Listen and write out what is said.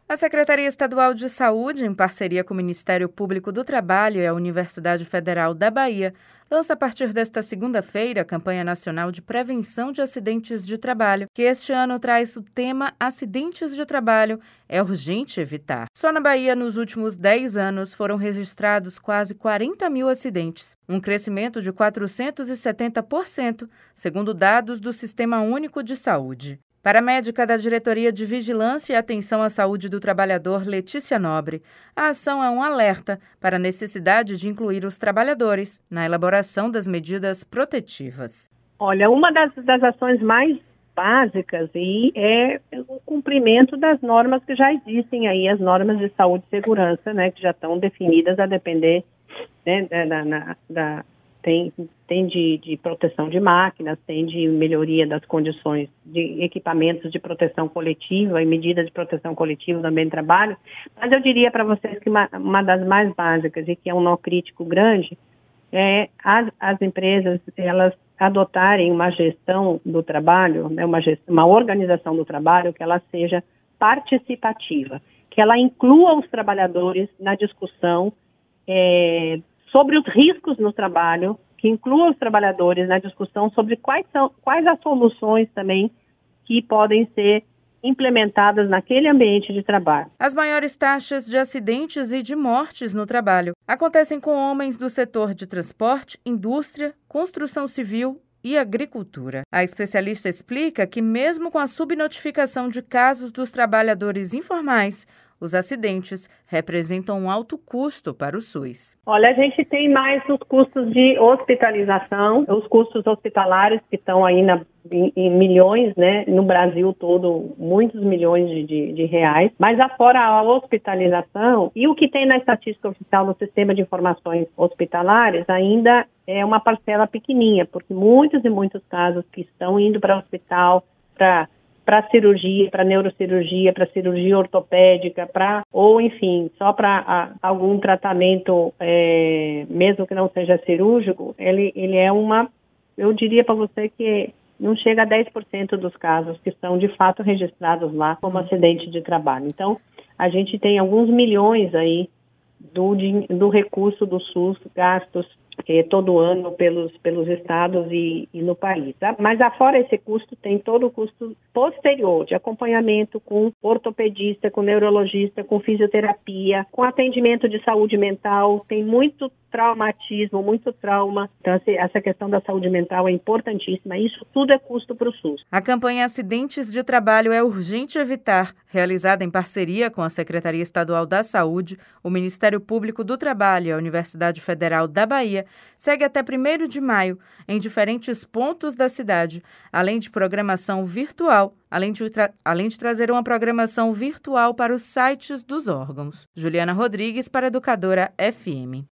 A Secretaria Estadual de Saúde, em parceria com o Ministério Público do Trabalho e a Universidade Federal da Bahia, lança a partir desta segunda-feira a campanha nacional de prevenção de acidentes de trabalho, que este ano traz o tema Acidentes de Trabalho é urgente evitar. Só na Bahia, nos últimos 10 anos, foram registrados quase 40 mil acidentes, um crescimento de 470%, segundo dados do Sistema Único de Saúde. Para a médica da Diretoria de Vigilância e Atenção à Saúde do Trabalhador, Letícia Nobre, a ação é um alerta para a necessidade de incluir os trabalhadores na elaboração das medidas protetivas. Olha, uma das ações mais básicas é o cumprimento das normas que já existem aí, as normas de saúde e segurança, né, que já estão definidas a depender, né, tem de proteção de máquinas, tem de melhoria das condições de equipamentos de proteção coletiva e medidas de proteção coletiva no ambiente de trabalho, mas eu diria para vocês que uma das mais básicas e que é um nó crítico grande é as empresas, elas adotarem uma gestão do trabalho, né, uma organização do trabalho que ela seja participativa, que ela inclua os trabalhadores na discussão sobre os riscos no trabalho, que inclua os trabalhadores na discussão sobre quais as soluções também que podem ser implementadas naquele ambiente de trabalho. As maiores taxas de acidentes e de mortes no trabalho acontecem com homens do setor de transporte, indústria, construção civil e agricultura. A especialista explica que, mesmo com a subnotificação de casos dos trabalhadores informais, os acidentes representam um alto custo para o SUS. Olha, a gente tem mais os custos de hospitalização, os custos hospitalares que estão aí em milhões, né? No Brasil todo, muitos milhões de reais. Mas afora a hospitalização, e o que tem na estatística oficial no Sistema de Informações Hospitalares ainda é uma parcela pequenininha, porque muitos e muitos casos que estão indo para o hospital para cirurgia, para neurocirurgia, para cirurgia ortopédica, ou enfim, só para algum tratamento, mesmo que não seja cirúrgico, ele é eu diria para você que não chega a 10% dos casos que são de fato registrados lá como acidente de trabalho. Então, a gente tem alguns milhões aí do recurso do SUS gastos todo ano pelos estados e no país. Tá? Mas afora esse custo, tem todo o custo posterior de acompanhamento com ortopedista, com neurologista, com fisioterapia, com atendimento de saúde mental. Tem muito traumatismo, muito trauma. Então, essa questão da saúde mental é importantíssima. Isso tudo é custo para o SUS. A campanha Acidentes de Trabalho é urgente evitar, realizada em parceria com a Secretaria Estadual da Saúde, o Ministério Público do Trabalho e a Universidade Federal da Bahia, segue até 1º de maio, em diferentes pontos da cidade, além de programação virtual, além de trazer uma programação virtual para os sites dos órgãos. Juliana Rodrigues, para Educadora FM.